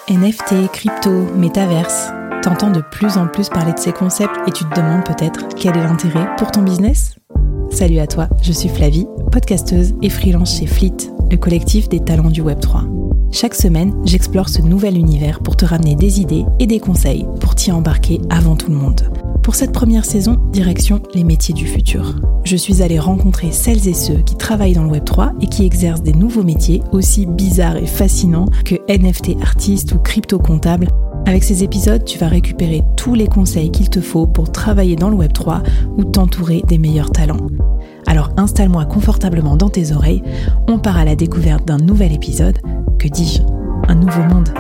NFT, crypto, métaverse, t'entends de plus en plus parler de ces concepts et tu te demandes peut-être quel est l'intérêt pour ton business ? Salut à toi, je suis Flavie, podcasteuse et freelance chez Fleet, le collectif des talents du Web3. Chaque semaine, j'explore ce nouvel univers pour te ramener des idées et des conseils pour t'y embarquer avant tout le monde. Pour cette première saison, direction les métiers du futur. Je suis allée rencontrer celles et ceux qui travaillent dans le Web3 et qui exercent des nouveaux métiers aussi bizarres et fascinants que NFT artiste ou crypto comptable. Avec ces épisodes, tu vas récupérer tous les conseils qu'il te faut pour travailler dans le Web3 ou t'entourer des meilleurs talents. Alors installe-moi confortablement dans tes oreilles, on part à la découverte d'un nouvel épisode, que dis-je, un nouveau monde.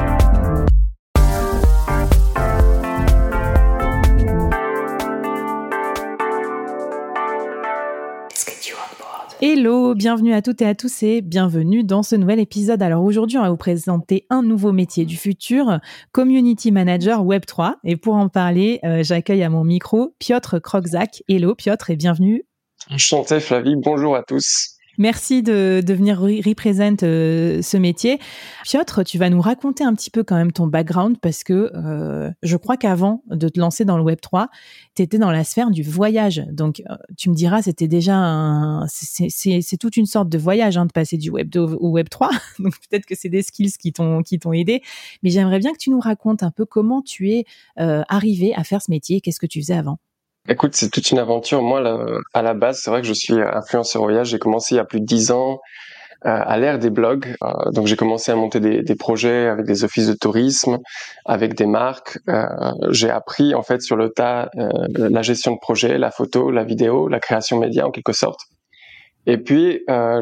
Hello, bienvenue à toutes et à tous et bienvenue dans ce nouvel épisode. Alors aujourd'hui, on va vous présenter un nouveau métier du futur, Community Manager Web3. Et pour en parler, j'accueille à mon micro Piotr Krokzak. Hello Piotr et bienvenue. Enchanté Flavie, bonjour à tous. Merci de venir représenter ce métier. Piotr, tu vas nous raconter un petit peu quand même ton background parce que je crois qu'avant de te lancer dans le Web3, tu étais dans la sphère du voyage. Donc, tu me diras, c'était déjà c'est toute une sorte de voyage de passer du Web 2 au Web3. Donc, peut-être que c'est des skills qui t'ont aidé. Mais j'aimerais bien que tu nous racontes un peu comment tu es arrivé à faire ce métier. Qu'est-ce que tu faisais avant ? Écoute, c'est toute une aventure. Moi, à la base, c'est vrai que je suis influenceur voyage. J'ai commencé il y a plus de 10 ans à l'ère des blogs. Donc, j'ai commencé à monter des projets avec des offices de tourisme, avec des marques. J'ai appris en fait sur le tas la gestion de projet, la photo, la vidéo, la création média en quelque sorte. Et puis, l'un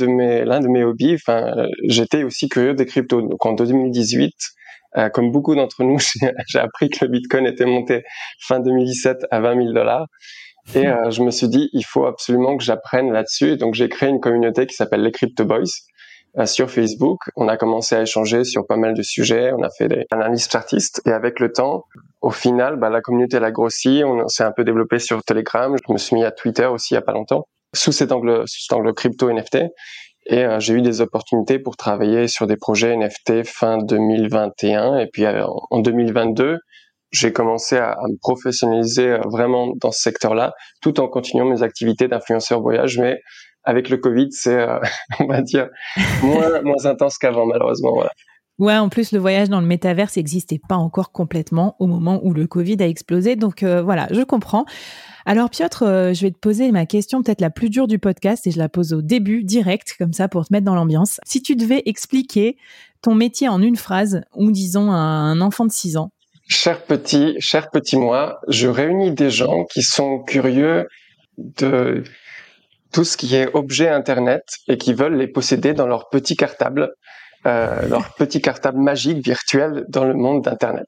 de mes hobbies, j'étais aussi curieux des cryptos. Donc, en 2018, comme beaucoup d'entre nous, j'ai appris que le Bitcoin était monté fin 2017 à $20 000. Et je me suis dit, il faut absolument que j'apprenne là-dessus. Et donc, j'ai créé une communauté qui s'appelle les Crypto Boys sur Facebook. On a commencé à échanger sur pas mal de sujets. On a fait des analyses chartistes. Et avec le temps, au final, la communauté elle a grossi. On s'est un peu développé sur Telegram. Je me suis mis à Twitter aussi il y a pas longtemps, sous cet angle crypto NFT. Et j'ai eu des opportunités pour travailler sur des projets NFT fin 2021. Et puis en 2022, j'ai commencé à me professionnaliser vraiment dans ce secteur-là, tout en continuant mes activités d'influenceur voyage. Mais avec le Covid, c'est, on va dire, moins intense qu'avant, malheureusement. Voilà. Ouais, en plus, le voyage dans le métaverse n'existait pas encore complètement au moment où le Covid a explosé. Donc voilà, je comprends. Alors Piotr, je vais te poser ma question peut-être la plus dure du podcast et je la pose au début, direct, comme ça, pour te mettre dans l'ambiance. Si tu devais expliquer ton métier en une phrase, ou disons à un enfant de 6 ans. Cher petit moi, je réunis des gens qui sont curieux de tout ce qui est objet Internet et qui veulent les posséder dans leur petit cartable magique virtuel dans le monde d'Internet.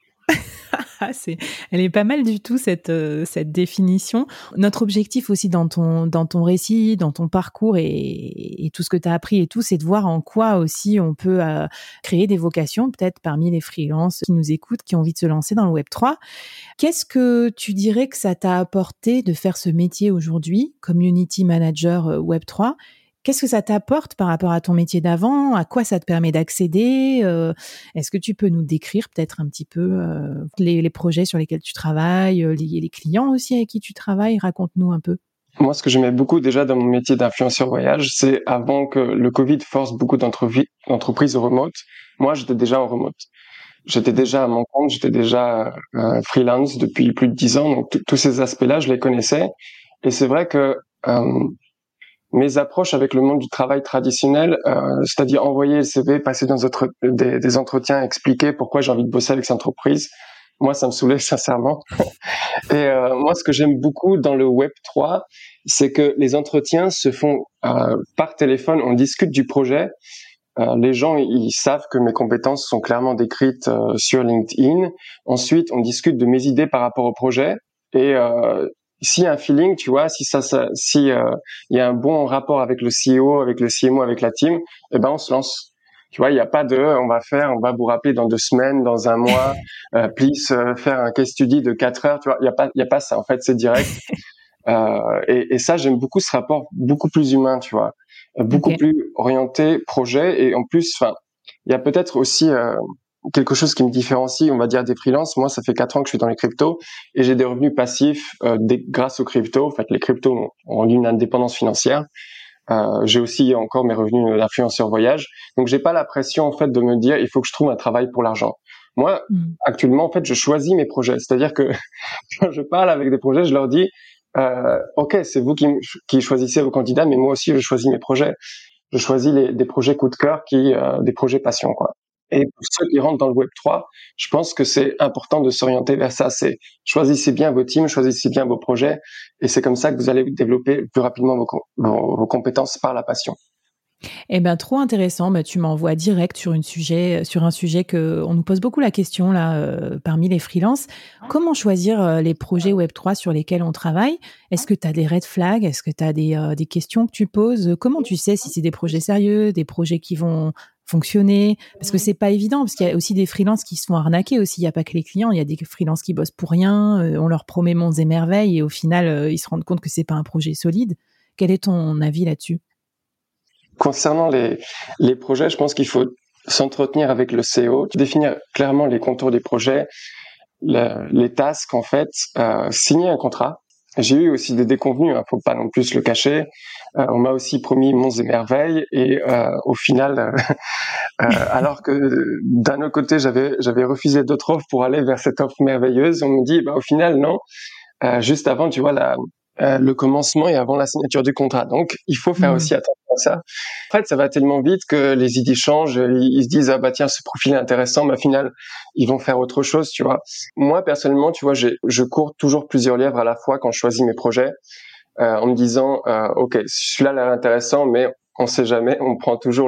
Elle est pas mal du tout cette définition. Notre objectif aussi dans ton récit, dans ton parcours et tout ce que tu as appris et tout, c'est de voir en quoi aussi on peut créer des vocations, peut-être parmi les freelances qui nous écoutent, qui ont envie de se lancer dans le Web3. Qu'est-ce que tu dirais que ça t'a apporté de faire ce métier aujourd'hui, Community Manager Web3 ? Qu'est-ce que ça t'apporte par rapport à ton métier d'avant ? À quoi ça te permet d'accéder ? Est-ce que tu peux nous décrire peut-être un petit peu les projets sur lesquels tu travailles, les clients aussi avec qui tu travailles ? Raconte-nous un peu. Moi, ce que j'aimais beaucoup déjà dans mon métier d'influenceur voyage, c'est avant que le Covid force beaucoup d'entreprises au remote, moi, j'étais déjà en remote. J'étais déjà à mon compte, j'étais déjà freelance depuis plus de 10 ans, donc tous ces aspects-là, je les connaissais. Et c'est vrai que mes approches avec le monde du travail traditionnel, c'est-à-dire envoyer le CV, passer dans des entretiens, expliquer pourquoi j'ai envie de bosser avec cette entreprise, moi, ça me saoulait sincèrement. Et moi, ce que j'aime beaucoup dans le Web3, c'est que les entretiens se font par téléphone, on discute du projet. Les gens, ils savent que mes compétences sont clairement décrites sur LinkedIn. Ensuite, on discute de mes idées par rapport au projet. Et s'il y a un feeling, tu vois, si il y a un bon rapport avec le CEO, avec le CMO, avec la team, eh ben on se lance. Tu vois, il n'y a pas on va vous rappeler dans 2 semaines, dans un mois, please faire un case study de 4 heures. Tu vois, il y a pas ça. En fait, c'est direct. Et ça, j'aime beaucoup ce rapport, beaucoup plus humain, tu vois, beaucoup plus orienté projet. Et en plus, il y a peut-être aussi quelque chose qui me différencie, on va dire, des freelances. Moi, ça fait 4 ans que je suis dans les cryptos et j'ai des revenus passifs grâce aux cryptos. En fait, les cryptos m'ont rendu une indépendance financière. J'ai aussi encore mes revenus d'influenceur voyage. Donc, j'ai pas la pression, en fait, de me dire, il faut que je trouve un travail pour l'argent. Moi, actuellement, en fait, je choisis mes projets. C'est-à-dire que quand je parle avec des projets, je leur dis, OK, c'est vous qui choisissez vos candidats, mais moi aussi, je choisis mes projets. Je choisis des projets coup de cœur des projets passion, quoi. Et pour ceux qui rentrent dans le Web3, je pense que c'est important de s'orienter vers ça. C'est choisissez bien vos teams, choisissez bien vos projets, et c'est comme ça que vous allez développer plus rapidement vos compétences par la passion. Eh ben, trop intéressant. Bah, tu m'envoies direct sur un sujet que on nous pose beaucoup la question là parmi les freelances. Comment choisir les projets Web3 sur lesquels on travaille? Est-ce que tu as des red flags? Est-ce que tu as des questions que tu poses? Comment tu sais si c'est des projets sérieux, des projets qui vont fonctionner? Parce que c'est pas évident, parce qu'il y a aussi des freelances qui se font arnaquer aussi. Il y a pas que les clients, il y a des freelances qui bossent pour rien. On leur promet monts et merveilles et au final, ils se rendent compte que c'est pas un projet solide. Quel est ton avis là-dessus? Concernant les projets, je pense qu'il faut s'entretenir avec le CEO, définir clairement les contours des projets, les tasks, en fait, signer un contrat. J'ai eu aussi des déconvenus, faut pas non plus se le cacher. On m'a aussi promis monts et merveilles et au final, alors que d'un autre côté j'avais refusé d'autres offres pour aller vers cette offre merveilleuse, on me dit au final non, juste avant tu vois le commencement et avant la signature du contrat. Donc il faut faire aussi attention à ça. En fait, ça va tellement vite que les idées changent, ils se disent tiens, ce profil est intéressant, mais au final ils vont faire autre chose, tu vois. Moi personnellement, tu vois, je cours toujours plusieurs lièvres à la fois quand je choisis mes projets, en me disant OK, celui-là a l'air intéressant, mais on sait jamais, on prend toujours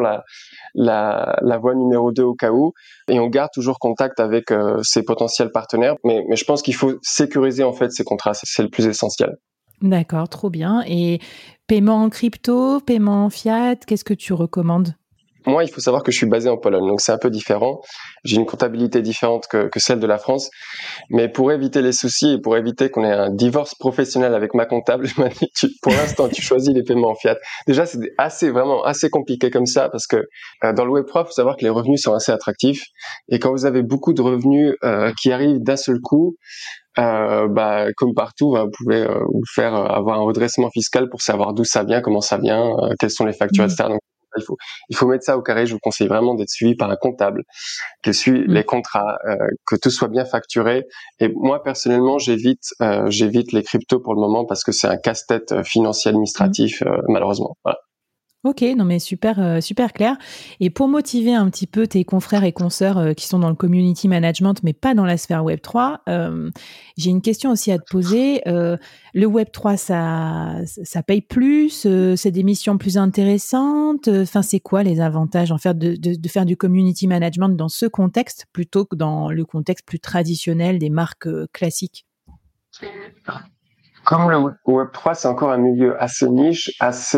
la voie numéro 2 au cas où, et on garde toujours contact avec ses potentiels partenaires. Mais je pense qu'il faut sécuriser en fait ces contrats, c'est le plus essentiel. D'accord, trop bien. Et paiement en crypto, paiement en fiat, qu'est-ce que tu recommandes? Moi, il faut savoir que je suis basé en Pologne, donc c'est un peu différent. J'ai une comptabilité différente que celle de la France. Mais pour éviter les soucis et pour éviter qu'on ait un divorce professionnel avec ma comptable, je m'a dit, pour l'instant, tu choisis les paiements en fiat. Déjà, c'est vraiment assez compliqué comme ça parce que dans le Web3, il faut savoir que les revenus sont assez attractifs. Et quand vous avez beaucoup de revenus qui arrivent d'un seul coup, comme partout, vous pouvez vous faire avoir un redressement fiscal pour savoir d'où ça vient, comment ça vient, quelles sont les factures, etc. Donc, il faut mettre ça au carré. Je vous conseille vraiment d'être suivi par un comptable qui suit les contrats, que tout soit bien facturé. Et moi, personnellement, j'évite les cryptos pour le moment parce que c'est un casse-tête financier administratif, malheureusement. Voilà. Ok, non mais super, super clair. Et pour motiver un petit peu tes confrères et consoeurs qui sont dans le community management, mais pas dans la sphère Web3, j'ai une question aussi à te poser. Le Web3, ça paye plus, c'est des missions plus intéressantes. Enfin, c'est quoi les avantages en fait de faire du community management dans ce contexte plutôt que dans le contexte plus traditionnel des marques classiques? Comme le Web3, c'est encore un milieu assez niche,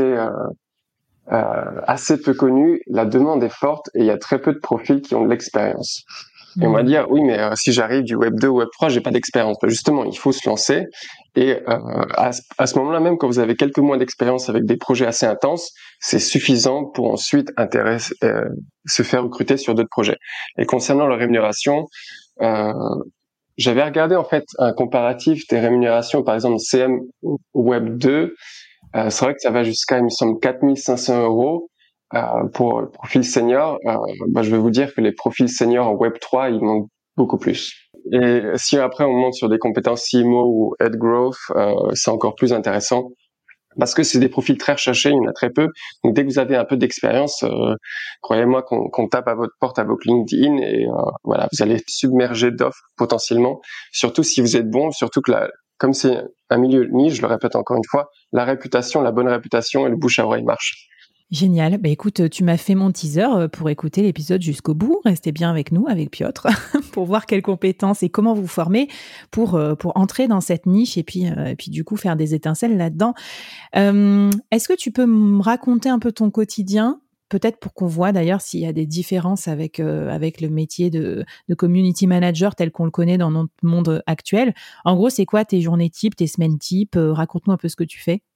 assez peu connu, la demande est forte et il y a très peu de profils qui ont de l'expérience. Et on va dire, oui, mais si j'arrive du Web 2 au Web 3, j'ai pas d'expérience. Justement, il faut se lancer. Et à ce moment-là, même quand vous avez quelques mois d'expérience avec des projets assez intenses, c'est suffisant pour ensuite se faire recruter sur d'autres projets. Et concernant la rémunération, j'avais regardé en fait un comparatif des rémunérations, par exemple CM Web 2. C'est vrai que ça va jusqu'à, il me semble, 4 500 € pour le profil senior. Je vais vous dire que les profils seniors en Web3, ils montent beaucoup plus. Et si après on monte sur des compétences CMO ou Head Growth, c'est encore plus intéressant parce que c'est des profils très recherchés, il y en a très peu. Donc dès que vous avez un peu d'expérience, croyez-moi qu'on tape à votre porte, à votre LinkedIn, et voilà, vous allez être submergé d'offres potentiellement. Surtout si vous êtes bon, surtout que comme c'est un milieu niche, je le répète encore une fois, la bonne réputation et le bouche à oreille marche. Génial. Bah, écoute, tu m'as fait mon teaser pour écouter l'épisode jusqu'au bout. Restez bien avec nous, avec Piotr, pour voir quelles compétences et comment vous former pour entrer dans cette niche et puis du coup faire des étincelles là-dedans. Est-ce que tu peux me raconter un peu ton quotidien? Peut-être pour qu'on voit d'ailleurs s'il y a des différences avec le métier de community manager tel qu'on le connaît dans notre monde actuel. En gros, c'est quoi tes journées types, tes semaines types? Raconte-nous un peu ce que tu fais.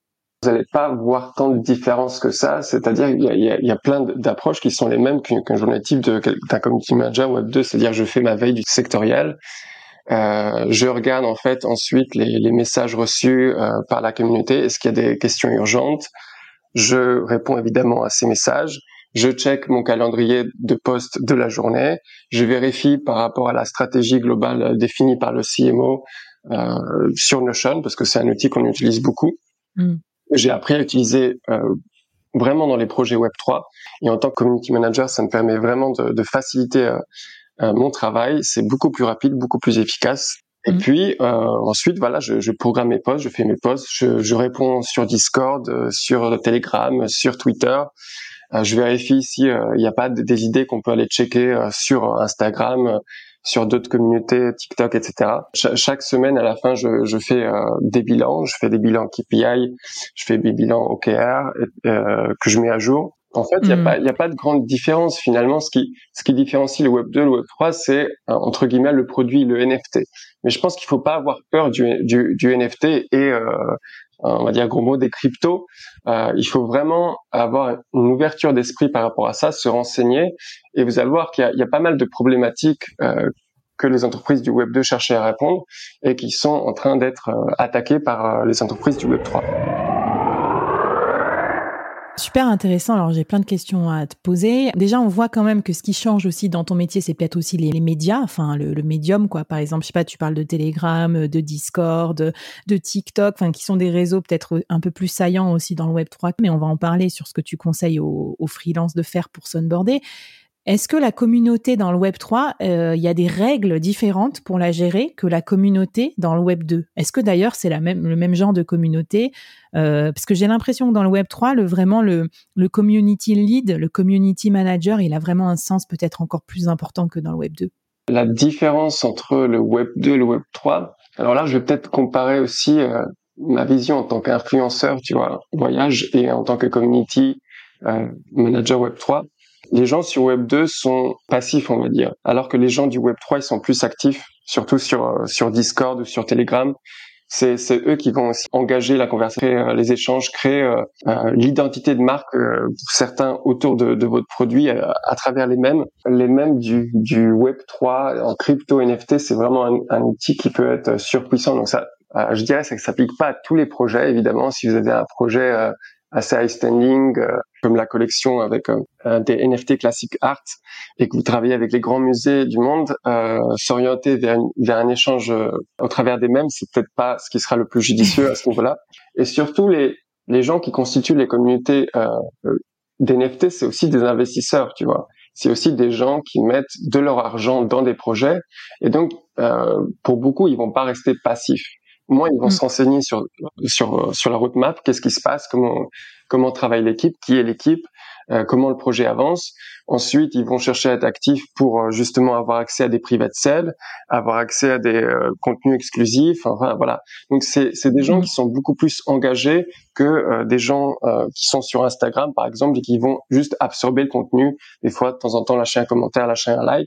vous n'allez pas voir tant de différence que ça. C'est-à-dire il y a plein d'approches qui sont les mêmes qu'un journal type d'un community manager Web 2. C'est-à-dire je fais ma veille du sectoriel. Je regarde en fait ensuite les messages reçus par la communauté. Est-ce qu'il y a des questions urgentes? Je réponds évidemment à ces messages. Je check mon calendrier de poste de la journée. Je vérifie par rapport à la stratégie globale définie par le CMO sur Notion, parce que c'est un outil qu'on utilise beaucoup. J'ai appris à utiliser vraiment dans les projets Web3. Et en tant que community manager, ça me permet vraiment de faciliter mon travail. C'est beaucoup plus rapide, beaucoup plus efficace. Et puis ensuite, voilà, je programme mes posts, je fais mes posts, je réponds sur Discord, sur Telegram, sur Twitter. Je vérifie si il n'y a pas des idées qu'on peut aller checker sur Instagram, sur d'autres communautés, TikTok, etc. Chaque semaine, à la fin, je fais des bilans. Je fais des bilans KPI, je fais des bilans OKR que je mets à jour. En fait, il y a pas de grande différence finalement. Ce qui différencie le Web 2 et le Web 3, c'est entre guillemets le produit, le NFT. Mais je pense qu'il faut pas avoir peur du NFT et on va dire gros mots des cryptos. Il faut vraiment avoir une ouverture d'esprit par rapport à ça, se renseigner, et vous allez voir qu'il y a pas mal de problématiques que les entreprises du Web 2 cherchaient à répondre et qui sont en train d'être attaquées par les entreprises du Web 3. Super intéressant. Alors, j'ai plein de questions à te poser. Déjà, on voit quand même que ce qui change aussi dans ton métier, c'est peut-être aussi les médias, enfin, le médium, quoi. Par exemple, je sais pas, tu parles de Telegram, de Discord, de TikTok, enfin, qui sont des réseaux peut-être un peu plus saillants aussi dans le Web 3, mais on va en parler sur ce que tu conseilles aux freelances de faire pour s'onboarder. Est-ce que la communauté dans le Web 3, il y a des règles différentes pour la gérer que la communauté dans le Web 2? Est-ce que d'ailleurs c'est le même genre de communauté? Parce que j'ai l'impression que dans le Web 3, le community lead, le community manager, il a vraiment un sens peut-être encore plus important que dans le Web 2. La différence entre le Web 2 et le Web 3, alors là je vais peut-être comparer aussi ma vision en tant qu'influenceur, tu vois, voyage, et en tant que community manager Web 3. Les gens sur Web 2 sont passifs, on va dire, alors que les gens du Web 3, ils sont plus actifs, surtout sur Discord ou sur Telegram. C'est eux qui vont aussi engager la conversation, les échanges, créer l'identité de marque pour certains autour de votre produit à travers les mêmes du Web 3 en crypto NFT. C'est vraiment un outil qui peut être surpuissant. Donc ça, je dirais, ça s'applique pas à tous les projets, évidemment. Si vous avez un projet assez high standing, comme la collection avec des NFT classic art, et que vous travaillez avec les grands musées du monde, s'orienter vers un échange au travers des mêmes, c'est peut-être pas ce qui sera le plus judicieux à ce niveau-là. Et surtout, les gens qui constituent les communautés d'NFT, c'est aussi des investisseurs, tu vois. C'est aussi des gens qui mettent de leur argent dans des projets, et donc pour beaucoup, ils vont pas rester passifs. Moi, ils vont se renseigner sur la roadmap, qu'est-ce qui se passe, comment travaille l'équipe, qui est l'équipe, comment le projet avance. Ensuite, ils vont chercher à être actifs pour justement avoir accès à des private sales, avoir accès à des contenus exclusifs. Enfin, voilà. Donc, c'est des gens qui sont beaucoup plus engagés que des gens qui sont sur Instagram, par exemple, et qui vont juste absorber le contenu. Des fois, de temps en temps, lâcher un commentaire, lâcher un like.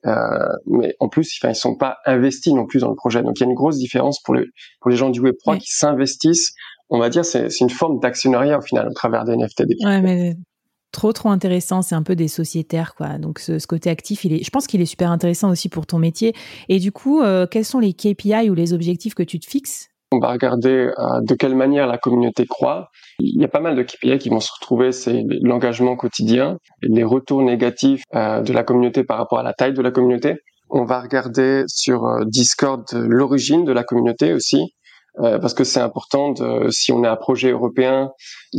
Mais en plus, ils sont pas investis non plus dans le projet. Donc, il y a une grosse différence pour les gens du Web3 qui s'investissent. On va dire, c'est une forme d'actionnariat au final, au travers des NFT. Ouais, mais trop intéressant. C'est un peu des sociétaires, quoi. Donc, ce côté actif, je pense qu'il est super intéressant aussi pour ton métier. Et du coup, quels sont les KPI ou les objectifs que tu te fixes? On va regarder de quelle manière la communauté croît. Il y a pas mal de KPI qui vont se retrouver, c'est l'engagement quotidien, les retours négatifs de la communauté par rapport à la taille de la communauté. On va regarder sur Discord l'origine de la communauté aussi, parce que c'est important, si on est un projet européen,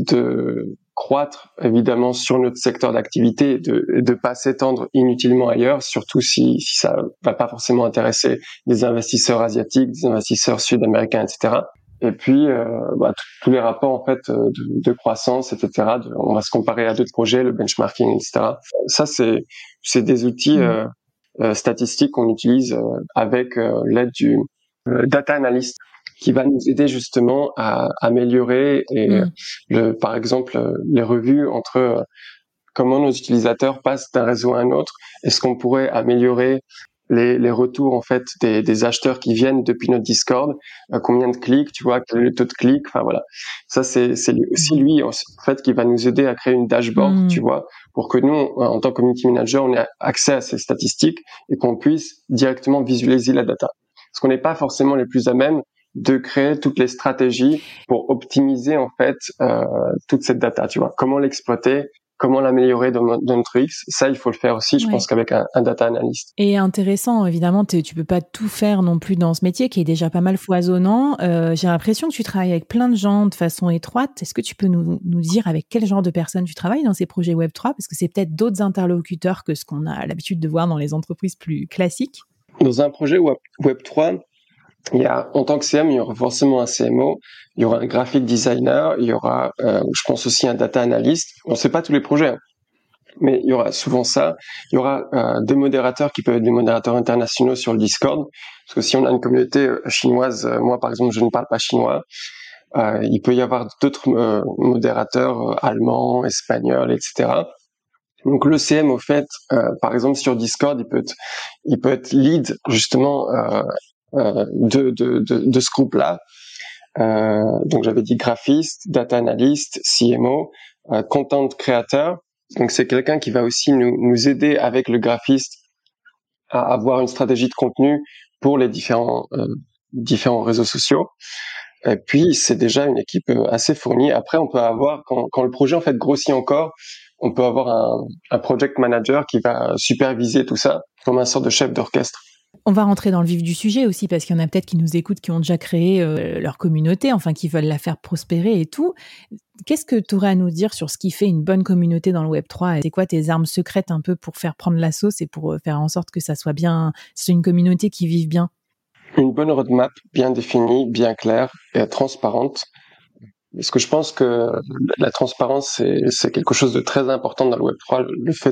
de croître évidemment sur notre secteur d'activité et de pas s'étendre inutilement ailleurs, surtout si ça va pas forcément intéresser des investisseurs asiatiques, des investisseurs sud-américains, etc. Et puis tous les rapports en fait de croissance, etc. On va se comparer à d'autres projets, le benchmarking, etc. Ça c'est des outils statistiques qu'on utilise avec l'aide du data analyst, qui va nous aider justement à améliorer par exemple les revues entre comment nos utilisateurs passent d'un réseau à un autre. Est-ce qu'on pourrait améliorer les retours en fait des acheteurs qui viennent depuis notre Discord, combien de clics, tu vois, quel est le taux de clic, enfin voilà. Ça c'est aussi lui en fait qui va nous aider à créer une dashboard, tu vois, pour que nous en tant que community manager, on ait accès à ces statistiques et qu'on puisse directement visualiser la data. Parce qu'on n'est pas forcément les plus à même de créer toutes les stratégies pour optimiser en fait toute cette data, tu vois, comment l'exploiter, comment l'améliorer dans notre X. Ça, il faut le faire aussi, je pense qu'avec un data analyst. Et intéressant, évidemment, tu peux pas tout faire non plus dans ce métier qui est déjà pas mal foisonnant. J'ai l'impression que tu travailles avec plein de gens de façon étroite. Est-ce que tu peux nous dire avec quel genre de personnes tu travailles dans ces projets Web3? Parce que c'est peut-être d'autres interlocuteurs que ce qu'on a l'habitude de voir dans les entreprises plus classiques. Dans un projet Web3, il y a, en tant que CM, il y aura forcément un CMO, il y aura un graphic designer, il y aura, je pense aussi un data analyst. On ne sait pas tous les projets, hein, mais il y aura souvent ça. Il y aura des modérateurs qui peuvent être des modérateurs internationaux sur le Discord, parce que si on a une communauté chinoise, moi par exemple, je ne parle pas chinois, il peut y avoir d'autres modérateurs allemands, espagnols, etc. Donc le CM, au fait, par exemple sur Discord, il peut être lead justement de ce groupe-là. Donc j'avais dit graphiste, data analyst, CMO, content créateur. Donc c'est quelqu'un qui va aussi nous aider avec le graphiste à avoir une stratégie de contenu pour les différents réseaux sociaux. Et puis c'est déjà une équipe assez fournie. Après on peut avoir quand le projet en fait grossit encore, on peut avoir un project manager qui va superviser tout ça comme un sort de chef d'orchestre. On va rentrer dans le vif du sujet aussi parce qu'il y en a peut-être qui nous écoutent, qui ont déjà créé leur communauté, enfin qui veulent la faire prospérer et tout. Qu'est-ce que tu aurais à nous dire sur ce qui fait une bonne communauté dans le Web3 et c'est quoi tes armes secrètes un peu pour faire prendre la sauce et pour faire en sorte que ça soit bien, c'est une communauté qui vive bien? Une bonne roadmap bien définie, bien claire et transparente. Parce que je pense que la transparence, c'est quelque chose de très important dans le Web3, le fait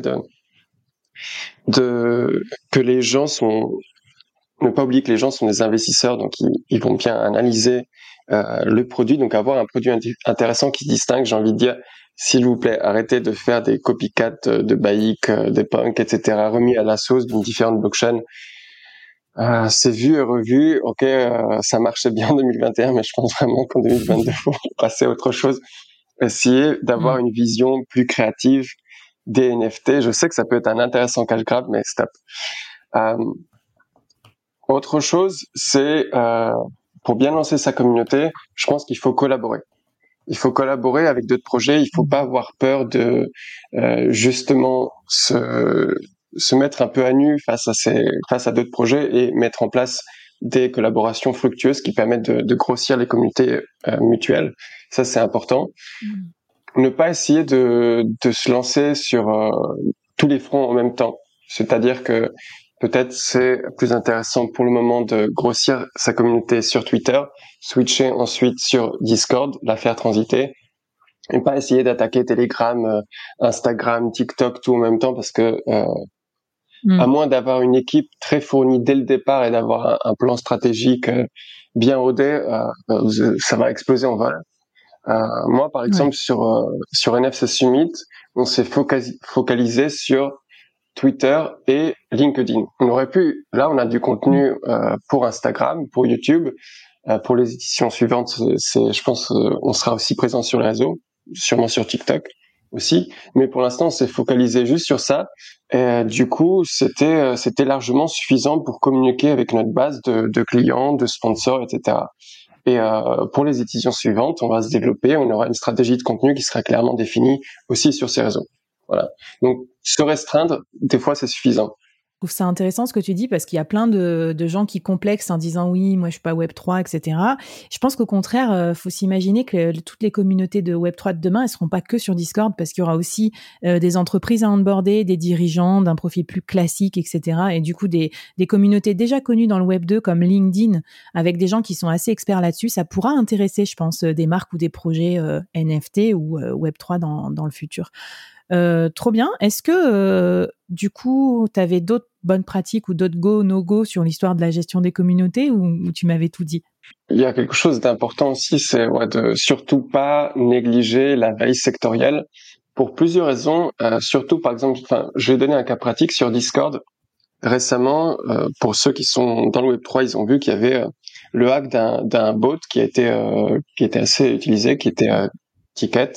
que les gens ne pas oublier que les gens sont des investisseurs, donc ils vont bien analyser le produit, donc avoir un produit intéressant qui se distingue. J'ai envie de dire, s'il vous plaît, arrêtez de faire des copycats de Baik, de Punk, etc., remis à la sauce d'une différente blockchain. C'est vu et revu, ok, ça marchait bien en 2021, mais je pense vraiment qu'en 2022, faut passer à autre chose. Essayer d'avoir une vision plus créative des NFT. Je sais que ça peut être un intéressant cash grab, mais stop. Autre chose, c'est pour bien lancer sa communauté, je pense qu'il faut collaborer. Il faut collaborer avec d'autres projets. Il faut pas avoir peur de justement se mettre un peu à nu face à d'autres projets et mettre en place des collaborations fructueuses qui permettent de grossir les communautés mutuelles. Ça, c'est important. Ne pas essayer de se lancer sur tous les fronts en même temps. C'est-à-dire que peut-être c'est plus intéressant pour le moment de grossir sa communauté sur Twitter, switcher ensuite sur Discord, la faire transiter, et pas essayer d'attaquer Telegram, Instagram, TikTok, tout en même temps, parce que à moins d'avoir une équipe très fournie dès le départ et d'avoir un plan stratégique bien rodé, ça va exploser en vol. Moi, par exemple, sur NFC Summit, on s'est focalisé sur Twitter et LinkedIn. On aurait pu, là, on a du contenu pour Instagram, pour YouTube, pour les éditions suivantes. Je pense, on sera aussi présent sur les réseaux, sûrement sur TikTok aussi. Mais pour l'instant, on s'est focalisé juste sur ça. Et du coup, c'était largement suffisant pour communiquer avec notre base de clients, de sponsors, etc. Et pour les éditions suivantes, on va se développer, on aura une stratégie de contenu qui sera clairement définie aussi sur ces réseaux. Voilà. Donc, se restreindre, des fois, c'est suffisant. Je trouve ça intéressant ce que tu dis parce qu'il y a plein de gens qui complexent en disant oui, moi je suis pas Web3, etc. Je pense qu'au contraire, faut s'imaginer que toutes les communautés de Web3 de demain, elles seront pas que sur Discord parce qu'il y aura aussi des entreprises à onboarder, des dirigeants d'un profil plus classique, etc. Et du coup, des communautés déjà connues dans le Web2 comme LinkedIn avec des gens qui sont assez experts là-dessus, ça pourra intéresser, je pense, des marques ou des projets NFT ou Web3 dans le futur. Trop bien. Est-ce que du coup, tu avais d'autres bonnes pratiques ou d'autres go, no-go sur l'histoire de la gestion des communautés ou tu m'avais tout dit? Il y a quelque chose d'important aussi, c'est de surtout pas négliger la veille sectorielle pour plusieurs raisons. Surtout, par exemple, je vais donner un cas pratique sur Discord. récemment, pour ceux qui sont dans le Web3, ils ont vu qu'il y avait le hack d'un bot qui était assez utilisé, qui était Ticket.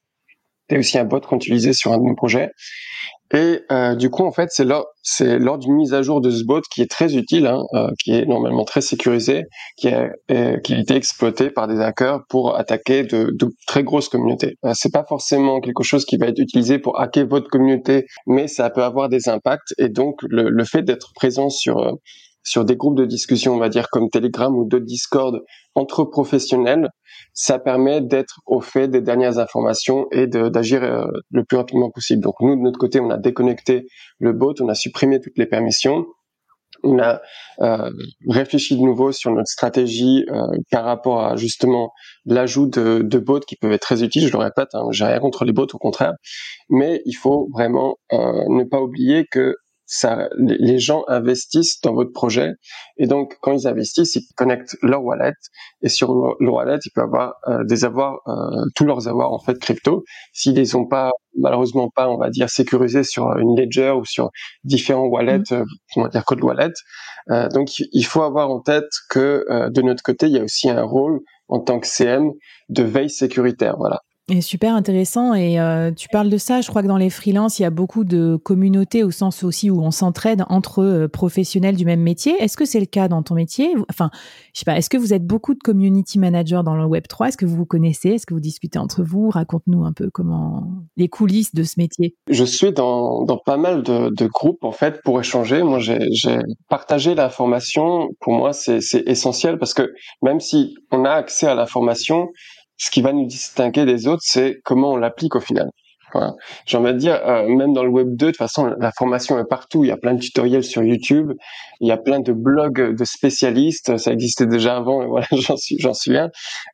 Et aussi un bot qu'on utilisait sur un de nos projets. Et du coup, en fait, c'est lors d'une mise à jour de ce bot qui est très utile, qui est normalement très sécurisé, qui a été exploité par des hackers pour attaquer de très grosses communautés. C'est pas forcément quelque chose qui va être utilisé pour hacker votre communauté, mais ça peut avoir des impacts. Et donc, le fait d'être présent sur des groupes de discussion, on va dire comme Telegram ou d'autres Discord entre professionnels, ça permet d'être au fait des dernières informations et d'agir le plus rapidement possible. Donc nous, de notre côté, on a déconnecté le bot, on a supprimé toutes les permissions, on a réfléchi de nouveau sur notre stratégie par rapport à justement l'ajout de bots qui peuvent être très utiles. Je le répète, j'ai rien contre les bots, au contraire, mais il faut vraiment ne pas oublier que les gens investissent dans votre projet, et donc quand ils investissent, ils connectent leur wallet, et sur leur wallet, ils peuvent avoir des avoirs, tous leurs avoirs en fait crypto. S'ils les ont pas, malheureusement pas, on va dire sécurisés sur une ledger ou sur différents wallets, on va dire cold wallet. Donc il faut avoir en tête que de notre côté, il y a aussi un rôle en tant que CM de veille sécuritaire, voilà. Et super intéressant. Et tu parles de ça, je crois que dans les freelances, il y a beaucoup de communautés au sens aussi où on s'entraide entre professionnels du même métier. Est-ce que c'est le cas dans ton métier? Enfin, je sais pas, est-ce que vous êtes beaucoup de community managers dans le Web3? Est-ce que vous vous connaissez? Est-ce que vous discutez entre vous? Raconte-nous un peu comment les coulisses de ce métier. Je suis dans pas mal de groupes en fait pour échanger. Moi, j'ai partagé l'information. Pour moi, c'est essentiel parce que même si on a accès à l'information, ce qui va nous distinguer des autres, c'est comment on l'applique au final. Voilà. J'ai envie de dire, même dans le Web 2, de toute façon, l'information est partout. Il y a plein de tutoriels sur YouTube, il y a plein de blogs de spécialistes. Ça existait déjà avant, et voilà, j'en suis un.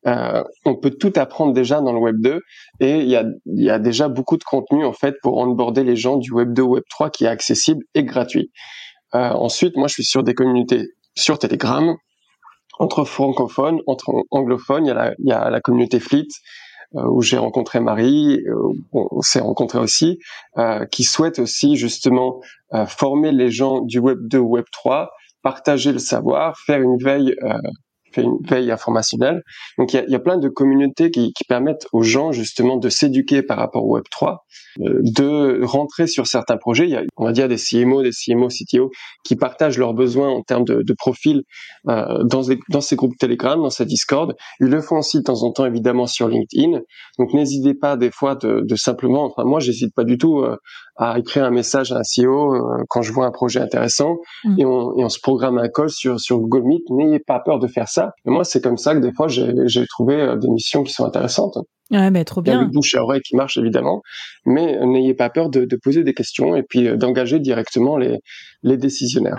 On peut tout apprendre déjà dans le Web 2, et il y a déjà beaucoup de contenu en fait pour onboarder les gens du Web 2 au Web 3 qui est accessible et gratuit. Ensuite, moi, je suis sur des communautés sur Telegram, entre francophones, entre anglophones. Il y a la communauté Fleet, où j'ai rencontré Marie, on s'est rencontré aussi, qui souhaite aussi justement former les gens du Web 2 au Web 3, partager le savoir, faire une veille informationnelle. Donc il y a plein de communautés qui permettent aux gens justement de s'éduquer par rapport au Web3, de rentrer sur certains projets. Il y a, on va dire, des CMO, CTO qui partagent leurs besoins en termes de profil dans ces groupes Telegram, dans ces Discord. Ils le font aussi de temps en temps évidemment sur LinkedIn. Donc n'hésitez pas des fois de simplement, enfin moi j'hésite pas du tout à écrire un message à un CEO quand je vois un projet intéressant, et on se programme un call sur Google Meet. N'ayez pas peur de faire ça. Et moi, c'est comme ça que des fois, j'ai trouvé des missions qui sont intéressantes. Ouais, mais trop bien. Il y a le bouche à oreille qui marche, évidemment, mais n'ayez pas peur de poser des questions et puis d'engager directement les décisionnaires.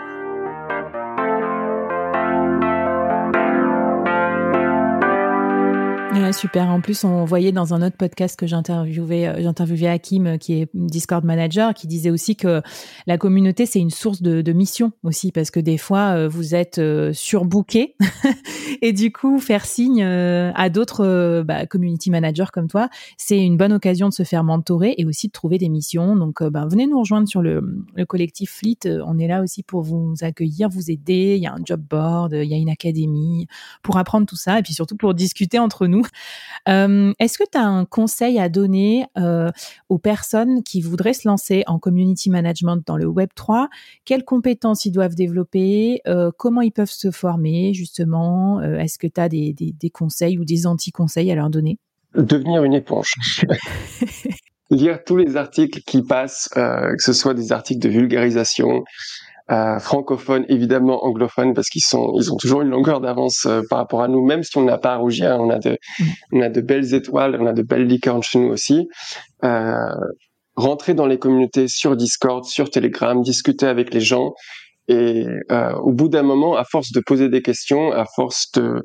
Ouais, super. En plus, on voyait dans un autre podcast que j'interviewais Hakim, qui est Discord manager, qui disait aussi que la communauté, c'est une source de mission aussi, parce que des fois, vous êtes surbookés et du coup, faire signe à d'autres community managers comme toi, c'est une bonne occasion de se faire mentorer et aussi de trouver des missions. Donc, venez nous rejoindre sur le collectif Fleet. On est là aussi pour vous accueillir, vous aider. Il y a un job board, il y a une académie pour apprendre tout ça et puis surtout pour discuter entre nous. Est-ce que tu as un conseil à donner aux personnes qui voudraient se lancer en community management dans le Web3? Quelles compétences ils doivent développer? Comment ils peuvent se former justement? Est-ce que tu as des conseils ou des anti-conseils à leur donner? Devenir une éponge. Lire tous les articles qui passent, que ce soit des articles de vulgarisation, francophones, évidemment anglophones, parce qu'ils ont toujours une longueur d'avance par rapport à nous, même si on n'a pas à rougir. On a de belles étoiles, on a de belles licornes chez nous aussi. Rentrer dans les communautés sur Discord, sur Telegram, discuter avec les gens, et au bout d'un moment, à force de poser des questions, à force de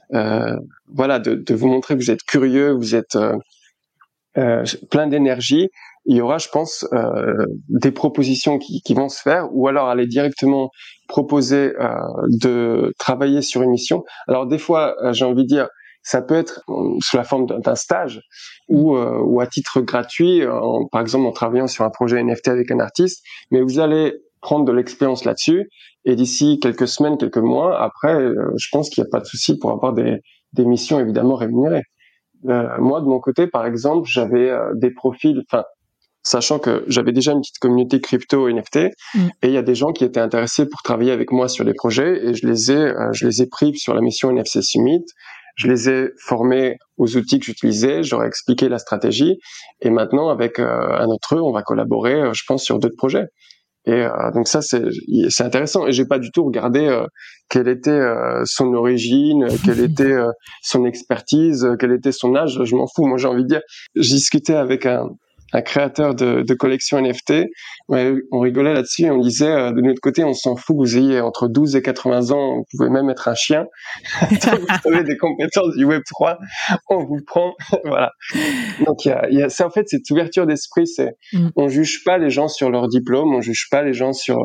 vous montrer que vous êtes curieux, vous êtes plein d'énergie, il y aura, je pense, des propositions qui vont se faire, ou alors aller directement proposer de travailler sur une mission. Alors des fois, j'ai envie de dire, ça peut être sous la forme d'un stage ou à titre gratuit, par exemple en travaillant sur un projet NFT avec un artiste, mais vous allez prendre de l'expérience là-dessus. Et d'ici quelques semaines, quelques mois, après, je pense qu'il n'y a pas de souci pour avoir des missions évidemment rémunérées. Moi, de mon côté, par exemple, j'avais des profils, sachant que j'avais déjà une petite communauté crypto NFT, et il y a des gens qui étaient intéressés pour travailler avec moi sur les projets, et je les ai pris sur la mission NFC Summit. Je les ai formés aux outils que j'utilisais, je leur ai expliqué la stratégie, et maintenant, avec un autre eux, on va collaborer, je pense, sur d'autres projets. Et donc ça, c'est intéressant. Et j'ai pas du tout regardé quelle était son origine, quelle était son expertise, quel était son âge. Je m'en fous. Moi, j'ai envie de dire, j'ai discuté avec un créateur de collection NFT. Ouais, on rigolait là-dessus et on disait, de notre côté, on s'en fout que vous ayez entre 12 et 80 ans, vous pouvez même être un chien. Tant que vous avez des compétences du Web3, on vous prend. Voilà. Donc, c'est en fait cette ouverture d'esprit, on juge pas les gens sur leur diplôme, on juge pas les gens sur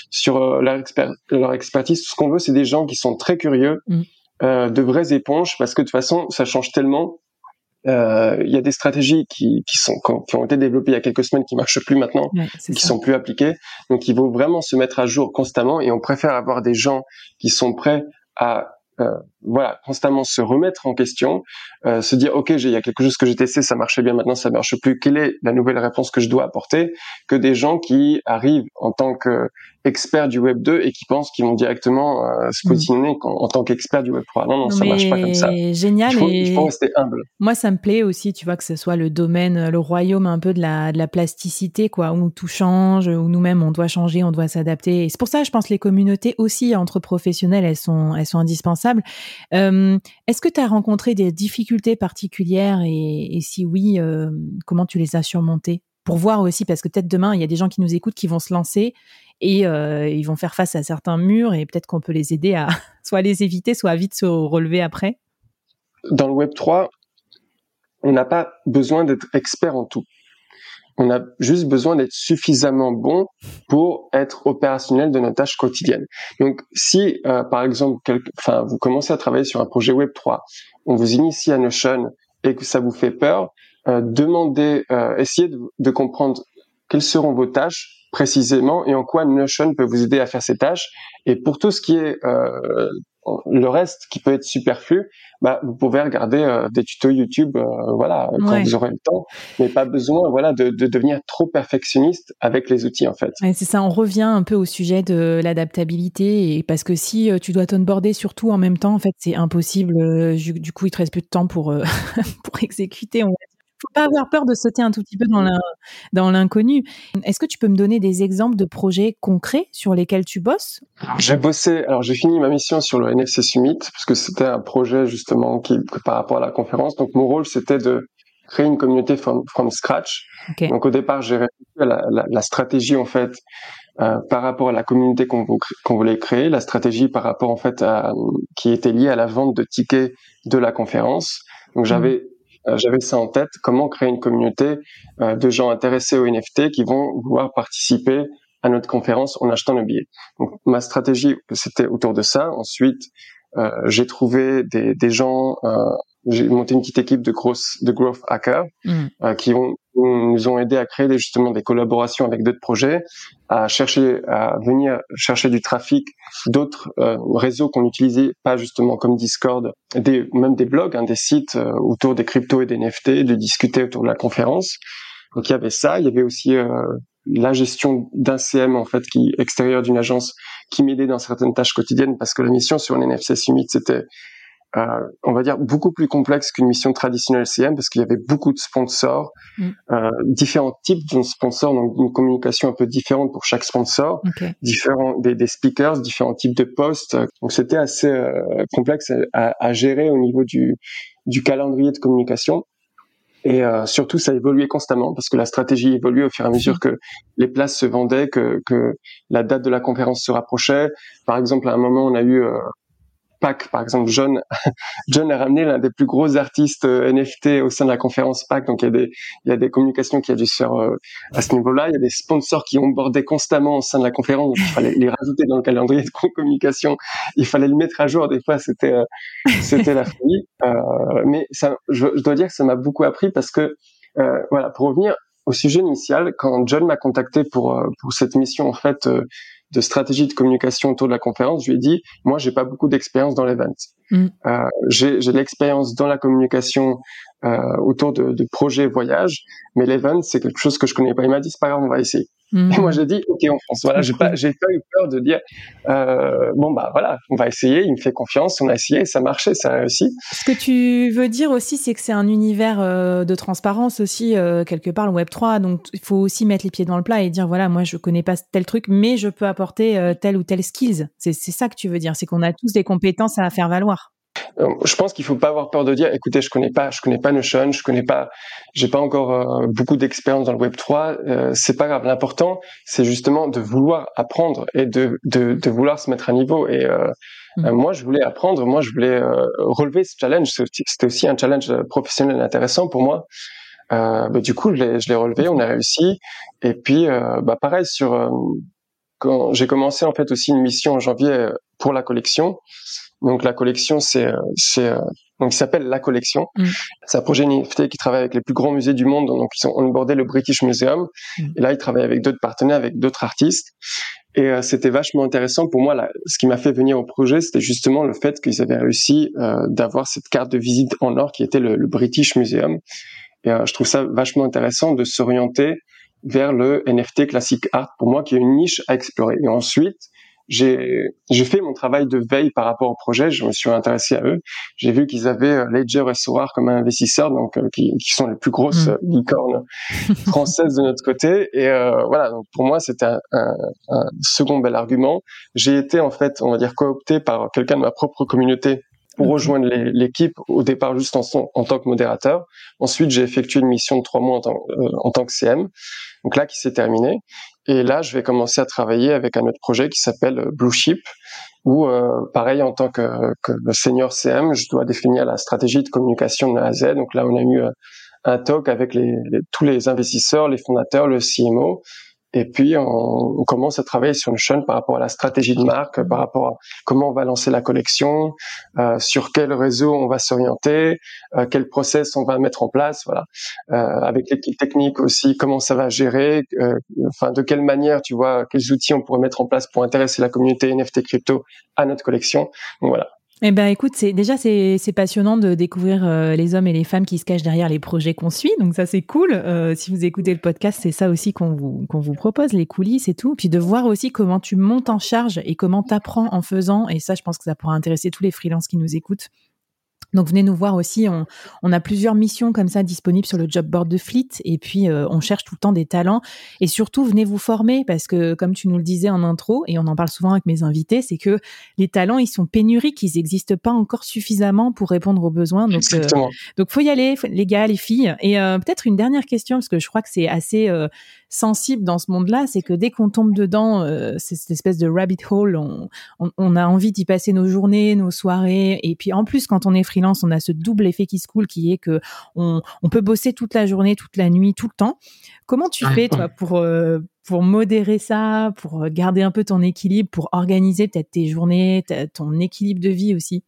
leur expertise. Tout ce qu'on veut, c'est des gens qui sont très curieux, de vraies éponges, parce que de toute façon, ça change tellement. Il y a des stratégies qui ont été développées il y a quelques semaines qui marchent plus maintenant, qui sont plus appliquées. Donc il faut vraiment se mettre à jour constamment, et on préfère avoir des gens qui sont prêts à constamment se remettre en question, se dire ok, il y a quelque chose que j'ai testé, ça marchait bien, maintenant ça marche plus, quelle est la nouvelle réponse que je dois apporter, que des gens qui arrivent en tant qu'experts du Web 2 et qui pensent qu'ils vont directement se positionner en tant qu'experts du Web 3. Non, ça marche pas comme ça. Génial. Il faut rester humble. Moi, ça me plaît aussi, tu vois, que ce soit le domaine, le royaume un peu de la plasticité, quoi, où tout change, où nous-mêmes on doit changer, on doit s'adapter. Et c'est pour ça, je pense, les communautés aussi entre professionnels, elles sont indispensables. Est-ce que tu as rencontré des difficultés particulières, et si oui, comment tu les as surmontées? Pour voir aussi, parce que peut-être demain, il y a des gens qui nous écoutent qui vont se lancer et ils vont faire face à certains murs, et peut-être qu'on peut les aider à soit les éviter, soit vite se relever après. Dans le Web 3, on n'a pas besoin d'être expert en tout. On a juste besoin d'être suffisamment bon pour être opérationnel de nos tâches quotidiennes. Donc, si, par exemple, vous commencez à travailler sur un projet Web 3, on vous initie à Notion et que ça vous fait peur, essayez de comprendre quelles seront vos tâches précisément et en quoi Notion peut vous aider à faire ces tâches. Et pour tout ce qui est le reste qui peut être superflu, vous pouvez regarder des tutos YouTube, quand vous aurez le temps, mais pas besoin, de devenir trop perfectionniste avec les outils, en fait. Ouais, c'est ça, on revient un peu au sujet de l'adaptabilité, et parce que si tu dois t'onboarder sur tout en même temps, en fait, c'est impossible. Du coup, il te reste plus de temps pour pour exécuter. Faut pas avoir peur de sauter un tout petit peu dans l'inconnu. Est-ce que tu peux me donner des exemples de projets concrets sur lesquels tu bosses? J'ai fini ma mission sur le NFC Summit, parce que c'était un projet justement par rapport à la conférence. Donc mon rôle, c'était de créer une communauté from scratch. Okay. Donc au départ, j'ai réfléchi à la stratégie en fait par rapport à la communauté qu'on voulait créer, la stratégie par rapport en fait qui était liée à la vente de tickets de la conférence. Donc j'avais ça en tête, comment créer une communauté de gens intéressés aux NFT qui vont vouloir participer à notre conférence en achetant nos billets. Donc ma stratégie, c'était autour de ça. Ensuite, j'ai trouvé des gens, j'ai monté une petite équipe de growth hackers qui nous ont aidé à créer justement des collaborations avec d'autres projets, à venir chercher du trafic d'autres réseaux qu'on n'utilisait pas justement comme Discord, même des blogs, des sites autour des cryptos et des NFT, de discuter autour de la conférence. Donc il y avait ça, il y avait aussi la gestion d'un CM en fait extérieur d'une agence qui m'aidait dans certaines tâches quotidiennes, parce que la mission sur un NFC Summit c'était on va dire beaucoup plus complexe qu'une mission traditionnelle CM, parce qu'il y avait beaucoup de sponsors, différents types de sponsors, donc une communication un peu différente pour chaque sponsor, des speakers, différents types de posts. Donc c'était assez complexe à gérer au niveau du calendrier de communication. Et surtout, ça évoluait constamment, parce que la stratégie évoluait au fur et à mesure que les places se vendaient, que la date de la conférence se rapprochait. Par exemple, à un moment, on a eu PAC, par exemple, John a ramené l'un des plus gros artistes NFT au sein de la conférence PAC. Donc, il y a des communications qui a dû se faire à ce niveau-là. Il y a des sponsors qui ont bordé constamment au sein de la conférence. Donc, il fallait les rajouter dans le calendrier de communication. Il fallait le mettre à jour. Des fois, c'était la folie. Mais ça, je dois dire que ça m'a beaucoup appris, parce que, pour revenir, au sujet initial, quand John m'a contacté pour cette mission en fait de stratégie de communication autour de la conférence, je lui ai dit, moi j'ai pas beaucoup d'expérience dans l'event. J'ai de l'expérience dans la communication autour de projets voyages, mais l'event c'est quelque chose que je connais pas. Il m'a dit c'est pas grave, on va essayer. Et moi j'ai dit ok, on fonce. Voilà, j'ai pas eu peur de dire bon bah voilà, on va essayer. Il me fait confiance, on a essayé, ça marchait, ça a réussi. Ce que tu veux dire aussi, c'est que c'est un univers de transparence aussi quelque part le Web3. Donc il faut aussi mettre les pieds dans le plat et dire voilà, moi je connais pas tel truc, mais je peux apporter tel ou tel skills. C'est ça que tu veux dire, c'est qu'on a tous des compétences à faire valoir. Je pense qu'il faut pas avoir peur de dire, écoutez, je connais pas Notion, j'ai pas encore beaucoup d'expérience dans le Web3. C'est pas grave. L'important, c'est justement de vouloir apprendre et de vouloir se mettre à niveau. Et moi, je voulais apprendre, moi, je voulais relever ce challenge. C'était aussi un challenge professionnel intéressant pour moi. Du coup, je l'ai relevé, on a réussi. Et puis, pareil quand j'ai commencé en fait aussi une mission en janvier pour la collection. Donc la collection, donc il s'appelle La Collection. C'est un projet NFT qui travaille avec les plus grands musées du monde. Donc ils ont onboardé le British Museum. Et là, ils travaillent avec d'autres partenaires, avec d'autres artistes. Et c'était vachement intéressant pour moi. Là, ce qui m'a fait venir au projet, c'était justement le fait qu'ils avaient réussi d'avoir cette carte de visite en or qui était le British Museum. Et je trouve ça vachement intéressant de s'orienter vers le NFT Classic Art, pour moi, qui est une niche à explorer. Et ensuite, j'ai fait mon travail de veille par rapport au projet. Je me suis intéressé à eux. J'ai vu qu'ils avaient Ledger et Sorare comme investisseurs, donc qui sont les plus grosses licornes françaises de notre côté. Et voilà, donc pour moi, c'était un second bel argument. J'ai été en fait, on va dire, coopté par quelqu'un de ma propre communauté pour rejoindre l'équipe au départ juste en tant que modérateur. Ensuite, j'ai effectué une mission de 3 mois en tant que CM. Donc là, qui s'est terminée. Et là, je vais commencer à travailler avec un autre projet qui s'appelle Blueship, où, pareil, en tant que senior CM, je dois définir la stratégie de communication de A à Z. Donc là, on a eu un talk avec tous les investisseurs, les fondateurs, le CMO. Et puis, on commence à travailler sur Notion par rapport à la stratégie de marque, par rapport à comment on va lancer la collection, sur quel réseau on va s'orienter, quel process on va mettre en place, voilà. Avec l'équipe technique aussi, comment ça va gérer, de quelle manière, tu vois, quels outils on pourrait mettre en place pour intéresser la communauté NFT crypto à notre collection. Donc voilà. Eh ben, écoute, c'est passionnant de découvrir les hommes et les femmes qui se cachent derrière les projets qu'on suit. Donc ça, c'est cool. Si vous écoutez le podcast, c'est ça aussi qu'on vous propose, les coulisses et tout. Puis de voir aussi comment tu montes en charge et comment t'apprends en faisant. Et ça, je pense que ça pourra intéresser tous les freelances qui nous écoutent. Donc venez nous voir aussi, on a plusieurs missions comme ça disponibles sur le job board de Fleet et puis on cherche tout le temps des talents et surtout venez vous former parce que comme tu nous le disais en intro et on en parle souvent avec mes invités, c'est que les talents ils sont pénuriques, ils n'existent pas encore suffisamment pour répondre aux besoins. Donc faut y aller les gars, les filles. Et peut-être une dernière question parce que je crois que c'est assez sensible dans ce monde-là, c'est que dès qu'on tombe dedans, c'est cette espèce de rabbit hole, on a envie d'y passer nos journées, nos soirées et puis en plus quand on est freelance, on a ce double effet qui se coule qui est que on peut bosser toute la journée, toute la nuit, tout le temps. Comment tu fais toi pour modérer ça, pour garder un peu ton équilibre, pour organiser peut-être tes journées, ton équilibre de vie aussi?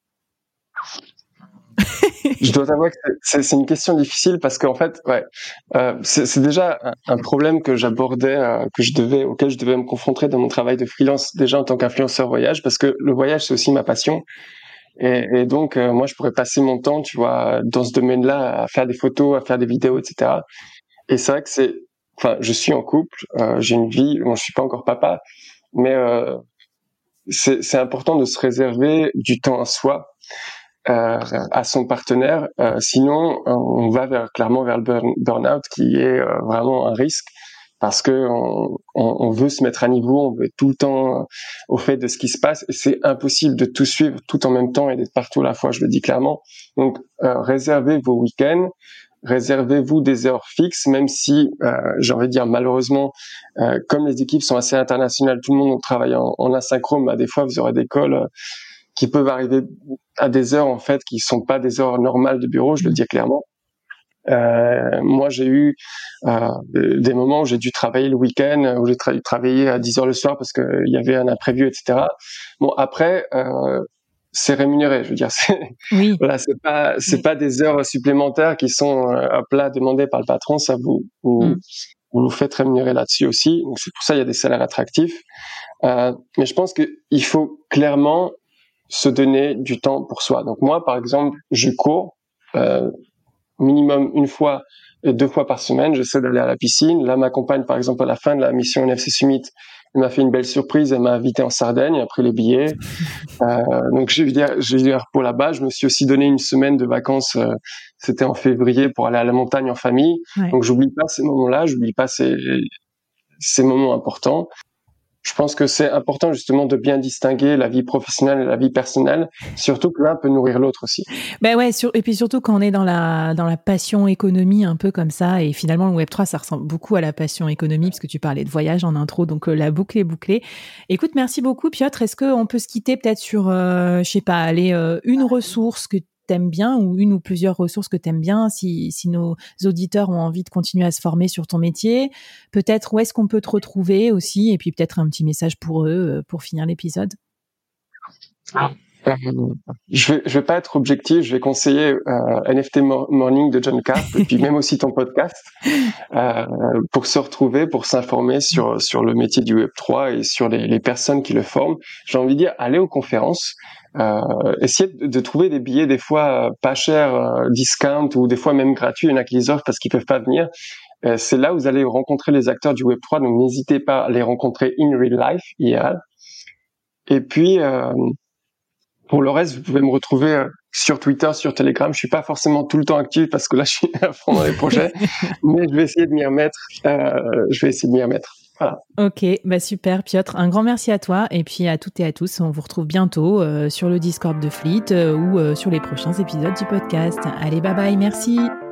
Je dois t'avouer que c'est une question difficile parce qu'en fait, c'est déjà un problème que j'abordais, auquel je devais me confronter dans mon travail de freelance déjà en tant qu'influenceur voyage, parce que le voyage c'est aussi ma passion. Et donc, moi, je pourrais passer mon temps, tu vois, dans ce domaine-là, à faire des photos, à faire des vidéos, etc. Et c'est vrai que je suis en couple, j'ai une vie, bon, je suis pas encore papa, mais c'est important de se réserver du temps à soi, à son partenaire. Sinon, on va clairement vers le burn-out, qui est vraiment un risque. Parce que on veut se mettre à niveau, on veut être tout le temps au fait de ce qui se passe, et c'est impossible de tout suivre tout en même temps et d'être partout à la fois, je le dis clairement. Donc, réservez vos week-ends, réservez-vous des heures fixes, même si, j'ai envie de dire malheureusement, comme les équipes sont assez internationales, tout le monde travaille en asynchrone, des fois vous aurez des calls qui peuvent arriver à des heures en fait qui sont pas des heures normales de bureau, je le dis clairement. Moi, j'ai eu des moments où j'ai dû travailler le week-end, où j'ai travaillé à 10 heures le soir parce qu'il y avait un imprévu, etc. Bon, après, c'est rémunéré. Je veux dire, Oui. voilà, c'est pas des heures supplémentaires qui sont là demandées par le patron. Ça vous faites rémunérer là-dessus aussi. Donc c'est pour ça il y a des salaires attractifs. Mais je pense que il faut clairement se donner du temps pour soi. Donc moi, par exemple, je cours minimum 1 fois et 2 fois par semaine. J'essaie d'aller à la piscine. Là, ma compagne, par exemple, à la fin de la mission NFC Summit, elle m'a fait une belle surprise. Elle m'a invité en Sardaigne, a pris les billets. Donc j'ai eu des repos là-bas. Je me suis aussi donné une semaine de vacances. C'était en février pour aller à la montagne en famille. Ouais. Donc j'oublie pas ces moments-là. J'oublie pas ces moments importants. Je pense que c'est important justement de bien distinguer la vie professionnelle et la vie personnelle, surtout que l'un peut nourrir l'autre aussi. Ben ouais, et puis surtout quand on est dans la passion économie un peu comme ça, et finalement le Web3 ça ressemble beaucoup à la passion économie parce que tu parlais de voyage en intro, donc la boucle est bouclée. Écoute, merci beaucoup Piotr. Est-ce qu'on peut se quitter peut-être sur, je sais pas, une ressource que t'aimes bien ou une ou plusieurs ressources que t'aimes bien si nos auditeurs ont envie de continuer à se former sur ton métier, peut-être où est-ce qu'on peut te retrouver aussi, et puis peut-être un petit message pour eux pour finir l'épisode. Je vais pas être objectif, je vais conseiller NFT Morning de John Karp et puis même aussi ton podcast pour se retrouver, pour s'informer sur le métier du Web3 et sur les personnes qui le forment. J'ai envie de dire, allez aux conférences, essayez de trouver des billets des fois pas chers, discount ou des fois même gratuits. Il y en a qui les offrent parce qu'ils peuvent pas venir. C'est là où vous allez rencontrer les acteurs du Web3, donc n'hésitez pas à les rencontrer in real life, IRL. Et puis pour le reste, vous pouvez me retrouver sur Twitter, sur Telegram. Je suis pas forcément tout le temps actif parce que là, je suis à fond dans les projets, mais je vais essayer de m'y remettre. Voilà. Ok, bah super Piotr, un grand merci à toi et puis à toutes et à tous. On vous retrouve bientôt sur le Discord de Fleet ou sur les prochains épisodes du podcast. Allez, bye bye, merci.